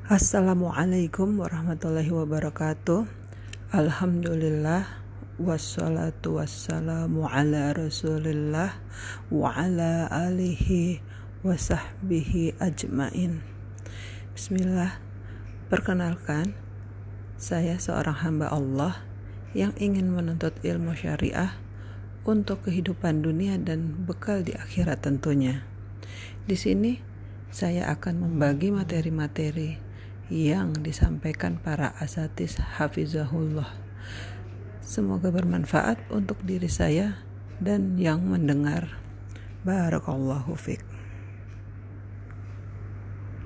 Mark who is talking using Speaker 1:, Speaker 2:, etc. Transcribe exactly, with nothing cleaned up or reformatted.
Speaker 1: Assalamualaikum warahmatullahi wabarakatuh. Alhamdulillah, wassalatu wassalamu ala rasulillah wa ala alihi wa sahbihi ajmain. Bismillah. Perkenalkan, saya seorang hamba Allah yang ingin menuntut ilmu syariah untuk kehidupan dunia dan bekal di akhirat tentunya. Di sini saya akan membagi materi-materi yang disampaikan para asatiz hafizahullah. Semoga bermanfaat untuk diri saya dan yang mendengar. Barakallahu fiik.